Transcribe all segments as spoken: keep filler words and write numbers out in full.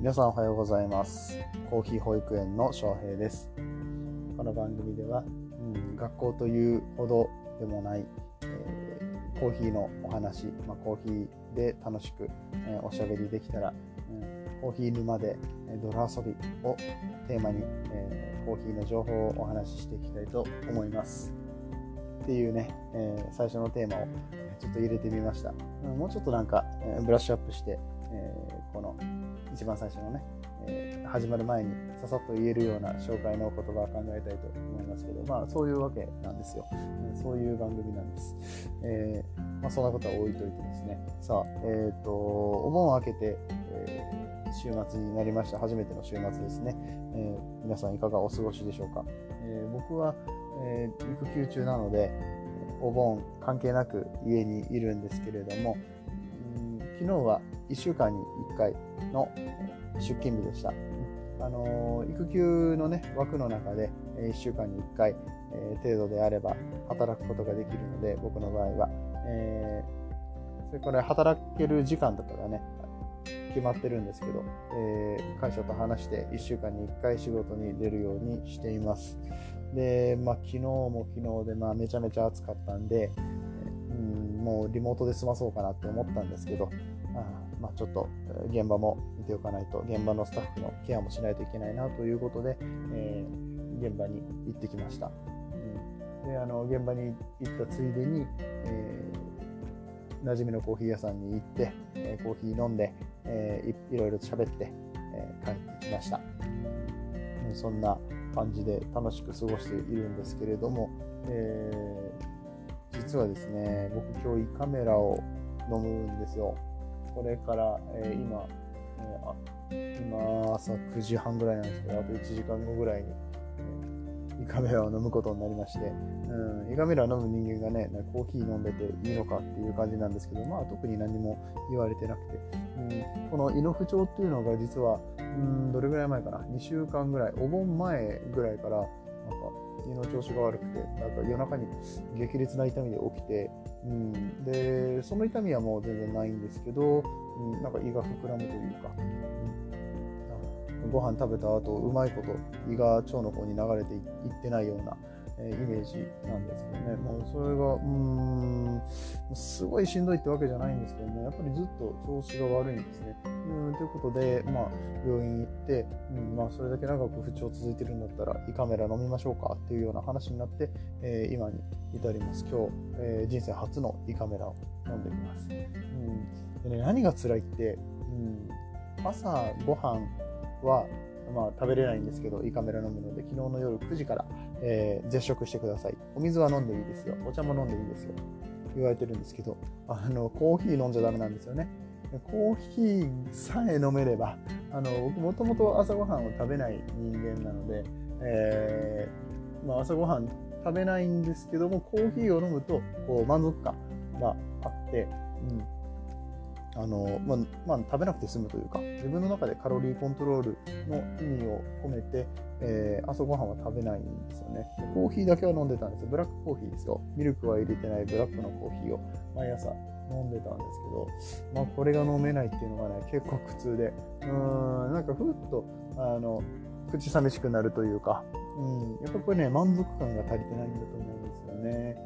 皆さんおはようございます。コーヒー保育園の翔平です。この番組では、うん、学校というほどでもない、えー、コーヒーのお話、まあ、コーヒーで楽しく、えー、おしゃべりできたら、うん、コーヒー沼で、えー、泥遊びをテーマに、えー、コーヒーの情報をお話ししていきたいと思いますっていうね、えー、最初のテーマをちょっと入れてみました。うん、もうちょっとなんか、えー、ブラッシュアップして、えー、この一番最初のね、えー、始まる前にささっと言えるような紹介の言葉を考えたいと思いますけど、まあそういうわけなんですよ。そういう番組なんです。えーまあ、そんなことは置いといてですね。さあ、えっと、お盆を明けて、えー、週末になりました。初めての週末ですね。えー、皆さんいかがお過ごしでしょうか。えー、僕は、えー、育休中なので、お盆関係なく家にいるんですけれども、うん昨日はいっしゅうかんにいっかいの出勤日でした。あの育休の、ね、枠の中でいっしゅうかんにいっかい、えー、程度であれば働くことができるので、僕の場合は、えー、それから働ける時間とかがね決まってるんですけど、えー、会社と話していっしゅうかんにいっかい仕事に出るようにしています。で、まあ、昨日も昨日で、まあ、めちゃめちゃ暑かったんで、うん、もうリモートで済まそうかなって思ったんですけど、あまあ、ちょっと現場も見ておかないと、現場のスタッフのケアもしないといけないなということで、えー、現場に行ってきました。うん、であの現場に行ったついでに、えー、馴染みのコーヒー屋さんに行って、えー、コーヒー飲んで、えー、い, いろいろ喋って、えー、帰ってきました。うん、そんな感じで楽しく過ごしているんですけれども、えー、実はですね、僕今日胃カメラを飲むんですよ。これから、えー、今、えー、あ今朝くじはんぐらいなんですけど、あといちじかんごぐらいに、えー、胃カメラを飲むことになりまして、うん、胃カメラを飲む人間がね、コーヒー飲んでていいのかっていう感じなんですけど、まあ特に何も言われてなくて、うん、この胃の不調っていうのが実は、うん、どれぐらい前かな、にしゅうかんぐらい、お盆前ぐらいから、なんか胃の調子が悪くて、なんか夜中に激烈な痛みで起きて、うん、でその痛みはもう全然ないんですけど、うん、なんか胃が膨らむというか、うん、ご飯食べた後うまいこと胃が腸の方に流れていってないような、えー、イメージなんですけどね。もうそれがうーんすごいしんどいってわけじゃないんですけどね、やっぱりずっと調子が悪いんですね。うんということで、まあ、病院行って、うんまあ、それだけ長く不調続いてるんだったら胃カメラ飲みましょうかっていうような話になって、えー、今に至ります。今日、えー、人生初の胃カメラを飲んでみます。うんでね、何が辛いって、うん、朝ご飯はまあ、食べれないんですけど、胃カメラ飲むので、昨日の夜くじから、えー、絶食してください。お水は飲んでいいですよ。お茶も飲んでいいですよ。言われてるんですけど、あのコーヒー飲んじゃダメなんですよね。コーヒーさえ飲めれば、あの僕もともと朝ごはんを食べない人間なので、えーまあ、朝ごはん食べないんですけども、コーヒーを飲むとこう満足感があって、うんあのまあまあ、食べなくて済むというか、自分の中でカロリーコントロールの意味を込めて、えー、朝ごはんは食べないんですよね。コーヒーだけは飲んでたんですよ。ブラックコーヒーですよ。ミルクは入れてないブラックのコーヒーを毎朝飲んでたんですけど、まあ、これが飲めないっていうのがね、結構苦痛で、うーんなんかふっとあの口寂しくなるというか、うん、やっぱりこれね、満足感が足りてないんだと思うんですよね。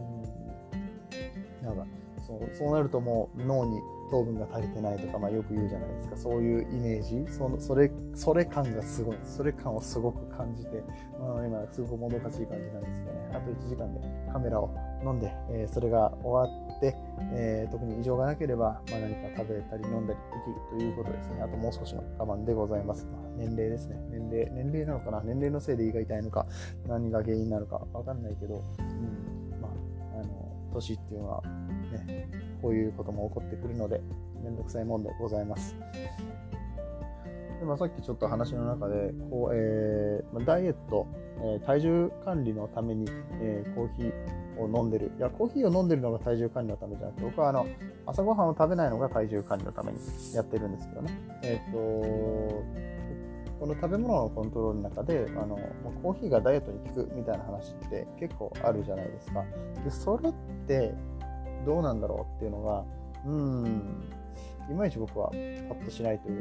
うん、なんかそう、そうなるともう脳に糖分が足りてないとか、まあ、よく言うじゃないですか。そういうイメージ、そのそれそれ感がすごい、それ感をすごく感じて、まあ、今すごくもどかしい感じなんですけどね。あといちじかんでカメラを飲んで、えー、それが終わって、えー、特に異常がなければ、まあ、何か食べたり飲んだりできるということですね。あともう少しの我慢でございます。まあ、年齢ですね。年齢、年齢なのかな、年齢のせいで胃が痛いのか、何が原因なのかわかんないけど、うんまあ、あの年っていうのはね、こういうことも起こってくるのでめんどくさいもんでございます。で、まあ、さっきちょっと話の中でこう、えー、ダイエット、えー、体重管理のために、えー、コーヒーを飲んでる。いや、コーヒーを飲んでるのが体重管理のためじゃなくて、僕はあの朝ごはんを食べないのが体重管理のためにやってるんですけどね。えっとこの食べ物のコントロールの中であのコーヒーがダイエットに効くみたいな話って結構あるじゃないですか。で、それってどうなんだろうっていうのが、うーんいまいち僕はパッとしないというか、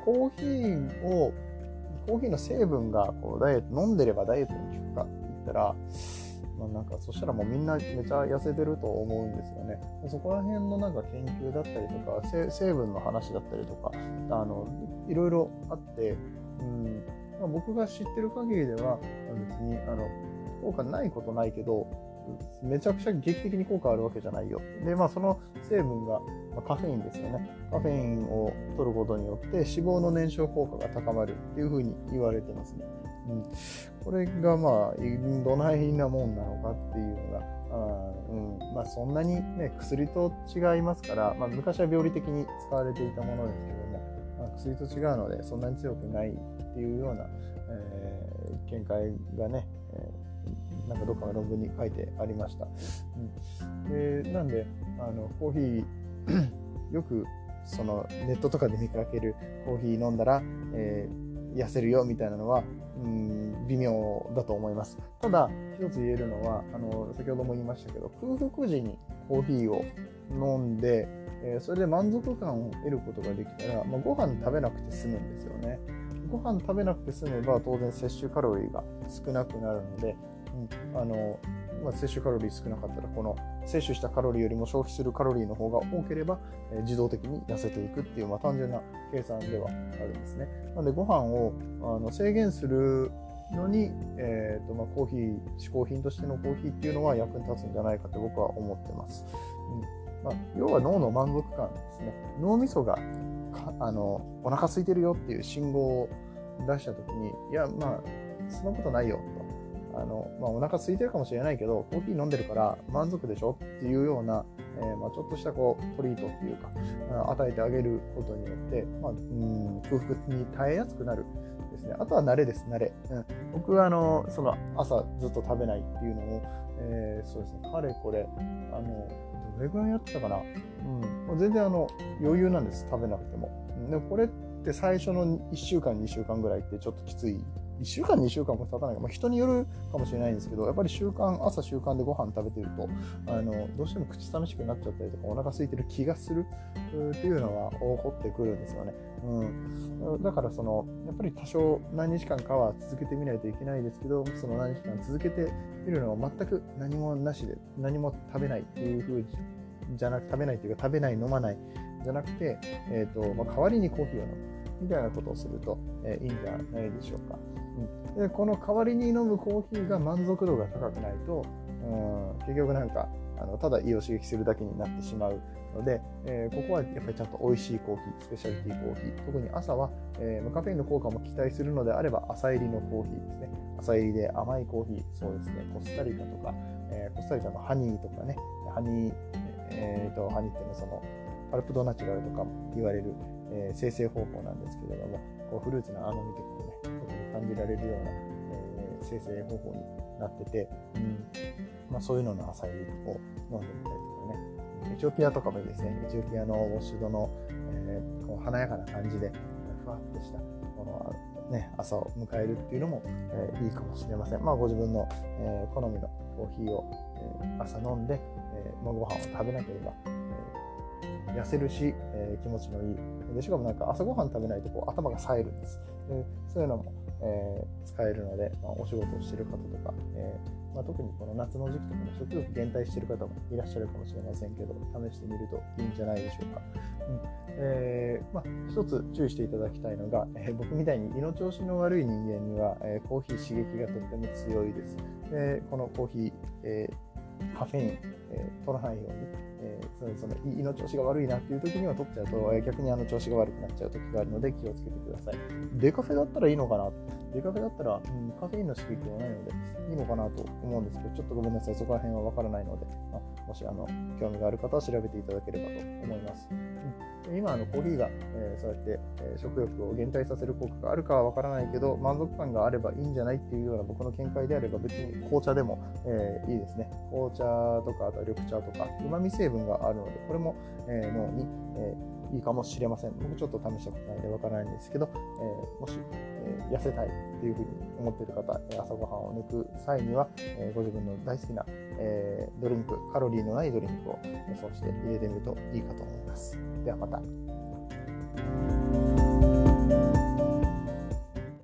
コーヒーをコーヒーの成分がこうダイエット飲んでればダイエットに効くかって言ったら、まあ、なんかそしたらもうみんなめちゃ痩せてると思うんですよね。そこら辺のなんか研究だったりとか成分の話だったりとかあのいろいろあって、うんまあ、僕が知ってる限りでは別にあの効果ないことないけどめちゃくちゃ劇的に効果あるわけじゃないよ。で、まあその成分がカフェインですよね。カフェインを取ることによって脂肪の燃焼効果が高まるっていうふうに言われてますね。うん、これがまあどないなもんなのかっていうのが、あ、うんまあ、そんなに、ね、薬と違いますから、まあ、昔は病理的に使われていたものですけども、まあ、薬と違うのでそんなに強くないっていうような、えー、見解がね、えー、なんかどっかの論文に書いてありました。うん、でなんであのコーヒーよくそのネットとかで見かけるコーヒー飲んだら、えー、痩せるよみたいなのはうん微妙だと思います。ただ一つ言えるのはあの先ほども言いましたけど、空腹時にコーヒーを飲んで、えー、それで満足感を得ることができたら、まあ、ご飯食べなくて済むんですよね。ご飯食べなくて済めば当然摂取カロリーが少なくなるので、うんあのまあ、摂取カロリー少なかったらこの摂取したカロリーよりも消費するカロリーの方が多ければ、えー、自動的に痩せていくっていう、まあ、単純な計算ではあるんですね。なのでご飯をあの制限するのに、えーとまあ、コーヒー嗜好品としてのコーヒーっていうのは役に立つんじゃないかと僕は思ってます。うんまあ、要は脳の満足感ですね。脳みそがあのお腹空いてるよっていう信号を出したときに、いやまあそんなことないよと、あの、まあ、お腹空いてるかもしれないけどコーヒー飲んでるから満足でしょっていうような、えーまあ、ちょっとしたこうトリートっていうか与えてあげることによって、まあ、うん空腹に耐えやすくなるですね。あとは慣れです、慣れ。うん、僕はあのその朝ずっと食べないっていうのを、えー、そうですね、かれこれあのどれぐらいやってたかな、うん、全然あの余裕なんです、食べなくても。でもこれって最初のいっしゅうかんにしゅうかんぐらいってちょっときつい、いっしゅうかんにしゅうかんも経たないか、まあ、人によるかもしれないんですけど、やっぱり習慣朝習慣でご飯食べてるとあのどうしても口寂しくなっちゃったりとかお腹空いてる気がするっていうのは起こってくるんですよね。うん、だからそのやっぱり多少何日間かは続けてみないといけないですけど、その何日間続けてみるのは全く何もなしで何も食べないっていう風じゃなく食べないっていうか食べない飲まないじゃなくて、えーとまあ、代わりにコーヒーを飲むみたいなことをすると、えー、いいんじゃないでしょうか。うん、でこの代わりに飲むコーヒーが満足度が高くないと、うん、結局なんかあのただ胃を刺激するだけになってしまうので、えー、ここはやっぱりちゃんと美味しいコーヒー、スペシャリティコーヒー、特に朝は、えー、カフェインの効果も期待するのであれば朝入りのコーヒーですね。朝入りで甘いコーヒー、そうですね、コスタリカとか、えー、コスタリカのハニーとかね、ハニー、えー、とハニーっていうのはそのパルプドナチュラルとかも言われる、えー、生成方法なんですけれども、こうフルーツの甘みとかもね、特に感じられるような、えー、生成方法になってて、うんまあ、そういうのの朝入りを飲んでみたりとかね、エチオピアとかもいいですね。エチオピアのウォッシュドの、えー、こう華やかな感じでふわっとしたこの、ね、朝を迎えるっていうのも、えー、いいかもしれません。まあ、ご自分の、えー、好みのコーヒーを、えー、朝飲んで、えーまあ、ご飯を食べなければ、えー、痩せるし、えー、気持ちのいい。でしかもなんか朝ごはん食べないとこう頭が冴えるんです。でそういうのも、えー、使えるので、まあ、お仕事をしている方とか、えーまあ、特にこの夏の時期とかも食欲減退している方もいらっしゃるかもしれませんけど、試してみるといいんじゃないでしょうか。うんえーまあ、一つ注意していただきたいのが、えー、僕みたいに胃の調子の悪い人間には、えー、コーヒー刺激がとっても強いです。でこのコーヒー、えー、カフェイン、えー、取らないように、えー、そのその胃の調子が悪いなっていう時には取っちゃうと、えー、逆にあの調子が悪くなっちゃう時があるので気をつけてください。デカフェだったらいいのかな、デカフェだったら、うん、カフェインの刺激はないのでいいのかなと思うんですけど、ちょっとごめんなさい、そこら辺はわからないので、まあ、もしあの興味がある方は調べていただければと思います。うん、今あのコーヒーが、えー、そうやって、えー、食欲を減退させる効果があるかはわからないけど、満足感があればいいんじゃないっていうような僕の見解であれば、別に紅茶でも、えー、いいですね。紅茶とかあとは緑茶とかうまみ成分があるので、これも、えー、脳に、えー、いいかもしれません。僕ちょっと試したことないのでわからないんですけど、えー、もし、えー、痩せたいっていうふうに思っている方、朝ごはんを抜く際には、えー、ご自分の大好きな、えー、ドリンク、カロリーのないドリンクをそうして入れてみるといいかと思います。ではまた。